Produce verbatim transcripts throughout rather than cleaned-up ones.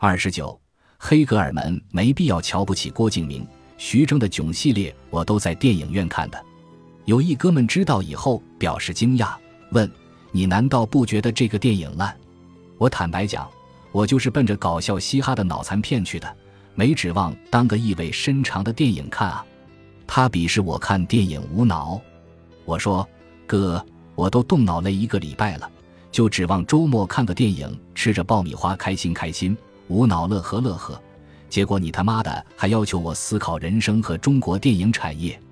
二十九，黑格尔们没必要瞧不起郭敬明、徐峥的囧系列，我都在电影院看的。有一哥们知道以后表示惊讶，问：你难道不觉得这个电影烂？我坦白讲，我就是奔着搞笑嘻哈的脑残片去的，没指望当个意味深长的电影看啊。他鄙视我看电影无脑。我说：哥，我都动脑累一个礼拜了，就指望周末看个电影，吃着爆米花开心开心，无脑乐呵乐呵，结果你他妈的还要求我思考人生和中国电影产业。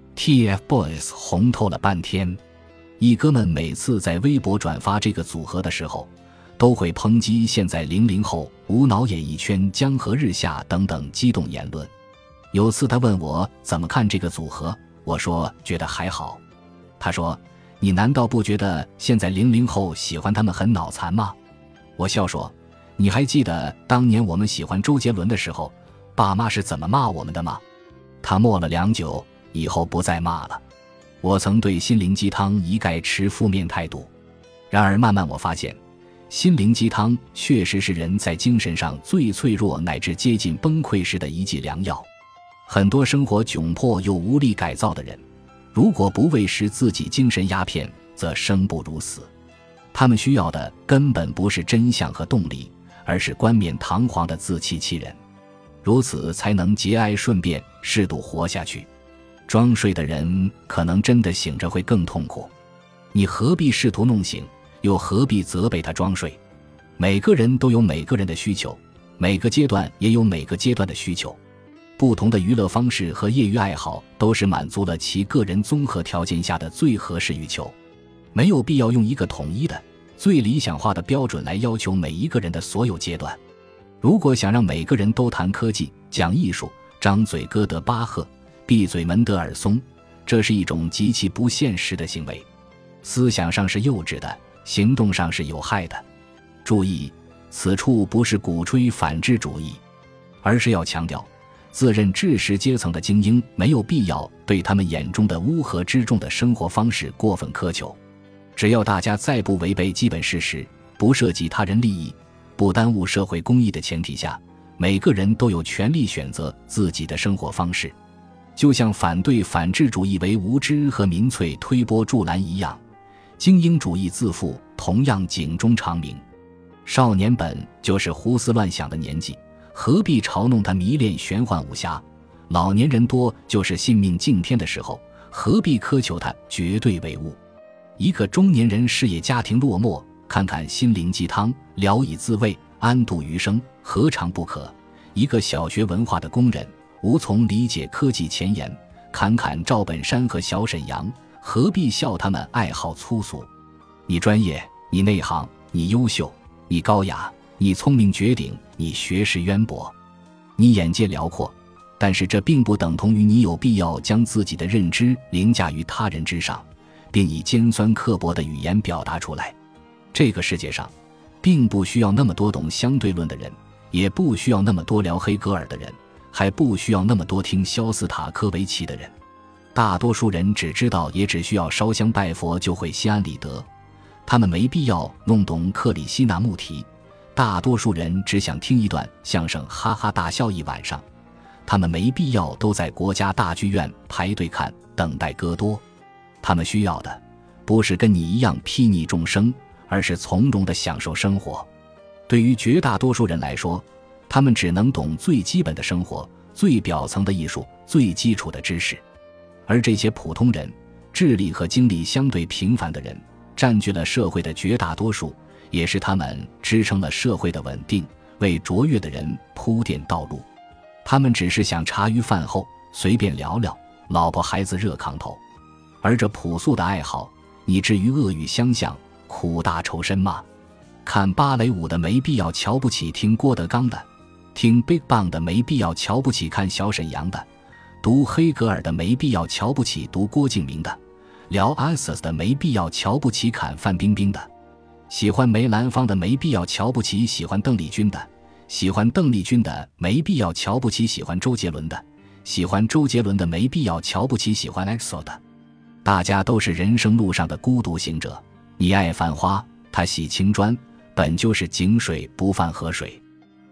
T F Boys 红透了半天。一哥们每次在微博转发这个组合的时候，都会抨击现在零零后无脑演艺圈江河日下等等激动言论。有次他问我怎么看这个组合，我说觉得还好。他说：你难道不觉得现在零零后喜欢他们很脑残吗？我笑说：你还记得当年我们喜欢周杰伦的时候，爸妈是怎么骂我们的吗？他默了良久，以后不再骂了。我曾对心灵鸡汤一概持负面态度，然而慢慢我发现，心灵鸡汤确实是人在精神上最脆弱乃至接近崩溃时的一剂良药。很多生活窘迫又无力改造的人，如果不喂食自己精神鸦片，则生不如死。他们需要的根本不是真相和动力，而是冠冕堂皇的自欺欺人，如此才能节哀顺变，适度活下去。装睡的人可能真的醒着会更痛苦，你何必试图弄醒，又何必责备他装睡？每个人都有每个人的需求，每个阶段也有每个阶段的需求。不同的娱乐方式和业余爱好都是满足了其个人综合条件下的最合适欲求，没有必要用一个统一的最理想化的标准来要求每一个人的所有阶段。如果想让每个人都谈科技、讲艺术，张嘴歌德巴赫，闭嘴门德尔松，这是一种极其不现实的行为，思想上是幼稚的，行动上是有害的。注意，此处不是鼓吹反智主义，而是要强调自认知识阶层的精英没有必要对他们眼中的乌合之众的生活方式过分苛求。只要大家在不违背基本事实，不涉及他人利益，不耽误社会公益的前提下，每个人都有权利选择自己的生活方式。就像反对反智主义为无知和民粹推波助澜一样，精英主义自负同样警钟长鸣。少年本就是胡思乱想的年纪，何必嘲弄他迷恋玄幻武侠？老年人多就是信命敬天的时候，何必苛求他绝对唯物？一个中年人事业家庭落寞，看看心灵鸡汤，聊以自慰，安度余生，何尝不可？一个小学文化的工人，无从理解科技前沿，侃侃赵本山和小沈阳，何必笑他们爱好粗俗？你专业，你内行，你优秀，你高雅，你聪明绝顶，你学识渊博，你眼界辽阔，但是这并不等同于你有必要将自己的认知凌驾于他人之上，并以尖酸刻薄的语言表达出来。这个世界上并不需要那么多懂相对论的人，也不需要那么多聊黑格尔的人，还不需要那么多听肖斯塔科维奇的人。大多数人只知道也只需要烧香拜佛就会心安理得，他们没必要弄懂克里希那穆提。大多数人只想听一段相声哈哈大笑一晚上，他们没必要都在国家大剧院排队看等待戈多。他们需要的不是跟你一样睥睨众生，而是从容地享受生活。对于绝大多数人来说，他们只能懂最基本的生活，最表层的艺术，最基础的知识。而这些普通人，智力和精力相对平凡的人，占据了社会的绝大多数，也是他们支撑了社会的稳定，为卓越的人铺垫道路。他们只是想茶余饭后随便聊聊，老婆孩子热炕头。而这朴素的爱好，你至于恶语相向，苦大仇深吗？看芭蕾舞的没必要瞧不起听郭德纲的，听 Big Bang 的没必要瞧不起看小沈阳的，读黑格尔的没必要瞧不起读郭敬明的，聊 I S I S 的没必要瞧不起看范冰冰的，喜欢梅兰芳的没必要瞧不起喜欢邓丽君的，喜欢邓丽君的没必要瞧不起喜欢周杰伦的，喜欢周杰伦的没必要瞧不起喜欢 X O 的。大家都是人生路上的孤独行者，你爱繁花，他喜青砖，本就是井水不犯河水。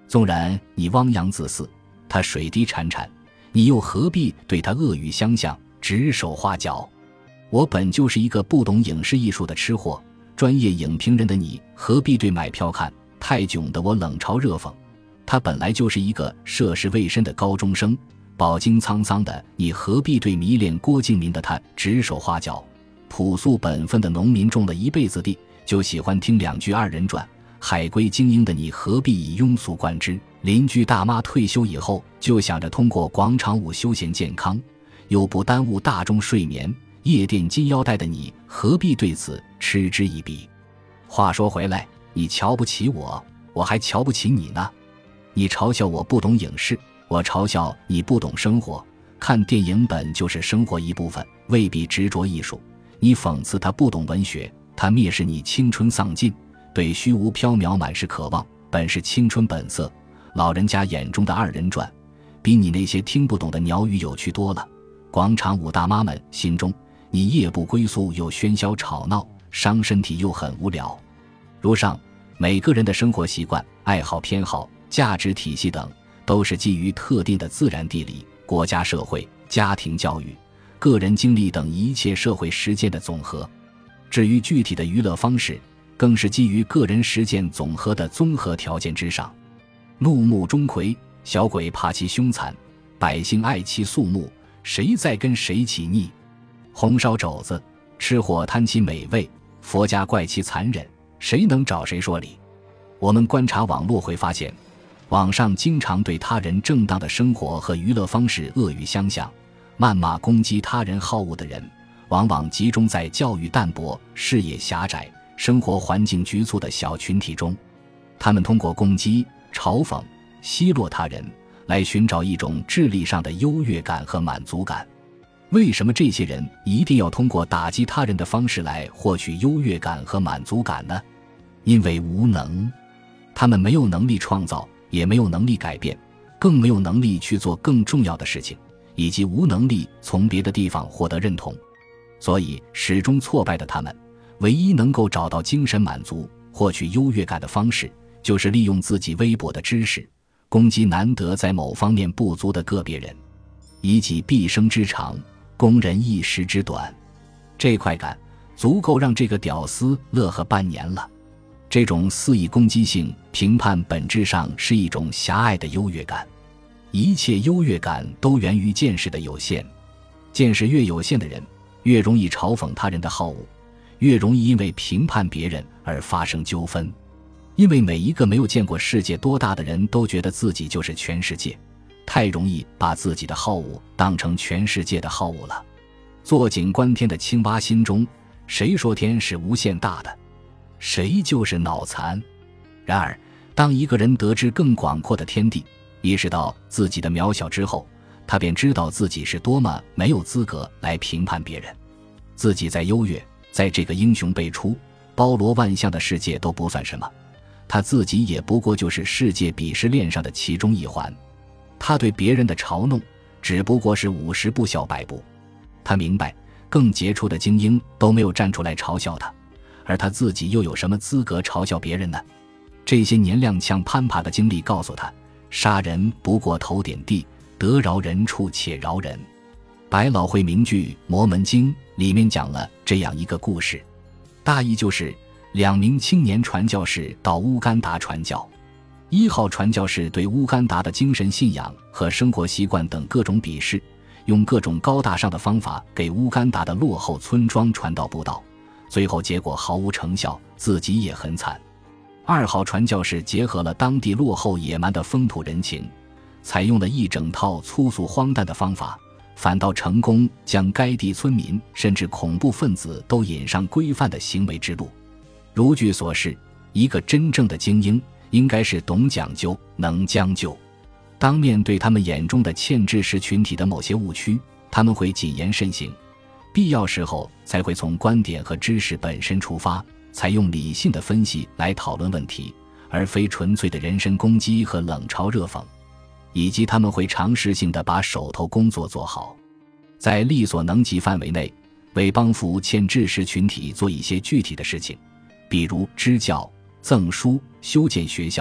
纵然你汪洋恣肆，他水滴潺潺，你又何必对他恶语相向，指手画脚？我本就是一个不懂影视艺术的痴货，专业影评人的你何必对买票看泰囧的我冷嘲热讽？他本来就是一个涉世未深的高中生，饱经沧桑的你何必对迷恋郭敬明的他指手画脚？朴素本分的农民种了一辈子地，就喜欢听两句二人转，海归精英的你何必以庸俗贯之？邻居大妈退休以后就想着通过广场舞休闲健康，又不耽误大众睡眠，夜店金腰带的你何必对此嗤之以鼻？话说回来，你瞧不起我，我还瞧不起你呢。你嘲笑我不懂影视，我嘲笑你不懂生活。看电影本就是生活一部分，未必执着艺术。你讽刺他不懂文学，他蔑视你青春丧尽，对虚无缥缈满是渴望，本是青春本色。老人家眼中的二人转，比你那些听不懂的鸟语有趣多了。广场舞大妈们心中，你夜不归宿又喧嚣吵闹，伤身体又很无聊。如上，每个人的生活习惯、爱好偏好、价值体系等，都是基于特定的自然地理、国家社会、家庭教育、个人经历等一切社会实践的总和。至于具体的娱乐方式，更是基于个人实践总和的综合条件之上。怒目钟馗，小鬼怕其凶残，百姓爱其肃穆，谁在跟谁起逆？红烧肘子，吃货贪其美味，佛家怪其残忍，谁能找谁说理？我们观察网络会发现，网上经常对他人正当的生活和娱乐方式恶语相向，谩骂攻击他人好恶的人，往往集中在教育淡薄、视野狭窄、生活环境局促的小群体中。他们通过攻击、嘲讽、奚落他人，来寻找一种智力上的优越感和满足感。为什么这些人一定要通过打击他人的方式来获取优越感和满足感呢？因为无能。他们没有能力创造，也没有能力改变，更没有能力去做更重要的事情，以及无能力从别的地方获得认同。所以始终挫败的他们，唯一能够找到精神满足、获取优越感的方式，就是利用自己微薄的知识，攻击难得在某方面不足的个别人，以己毕生之长，攻人一时之短。这快感足够让这个屌丝乐呵半年了。这种肆意攻击性评判本质上是一种狭隘的优越感，一切优越感都源于见识的有限。见识越有限的人，越容易嘲讽他人的好恶，越容易因为评判别人而发生纠纷。因为每一个没有见过世界多大的人都觉得自己就是全世界，太容易把自己的好恶当成全世界的好恶了。坐井观天的青蛙心中，谁说天是无限大的？谁就是脑残。然而，当一个人得知更广阔的天地，意识到自己的渺小之后，他便知道自己是多么没有资格来评判别人。自己再优越，在这个英雄辈出、包罗万象的世界都不算什么，他自己也不过就是世界鄙视链上的其中一环。他对别人的嘲弄只不过是五十步笑百步。他明白，更杰出的精英都没有站出来嘲笑他，而他自己又有什么资格嘲笑别人呢？这些年踉跄攀爬的经历告诉他，杀人不过头点地，得饶人处且饶人。百老汇名剧《摩门经》里面讲了这样一个故事，大意就是两名青年传教士到乌干达传教。一号传教士对乌干达的精神信仰和生活习惯等各种鄙视，用各种高大上的方法给乌干达的落后村庄传道布道，最后结果毫无成效，自己也很惨。二号传教士结合了当地落后野蛮的风土人情，采用了一整套粗俗荒诞的方法，反倒成功将该地村民甚至恐怖分子都引上规范的行为之路。如据所示，一个真正的精英应该是懂讲究、能将就。当面对他们眼中的欠知识群体的某些误区，他们会谨言慎行，必要时候才会从观点和知识本身出发，采用理性的分析来讨论问题，而非纯粹的人身攻击和冷嘲热讽。以及他们会尝试性地把手头工作做好，在力所能及范围内为帮扶欠知识群体做一些具体的事情，比如支教、赠书、修建学校、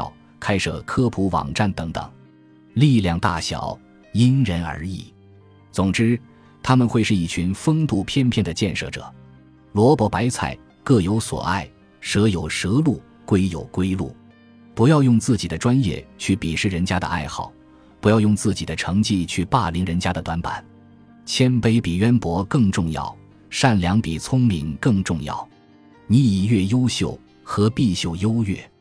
开设科普网站等等。力量大小因人而异，总之他们会是一群风度翩翩的建设者。萝卜白菜各有所爱，蛇有蛇路，龟有龟路。不要用自己的专业去鄙视人家的爱好，不要用自己的成绩去霸凌人家的短板。谦卑比渊博更重要，善良比聪明更重要。你以越优秀，何必秀优越？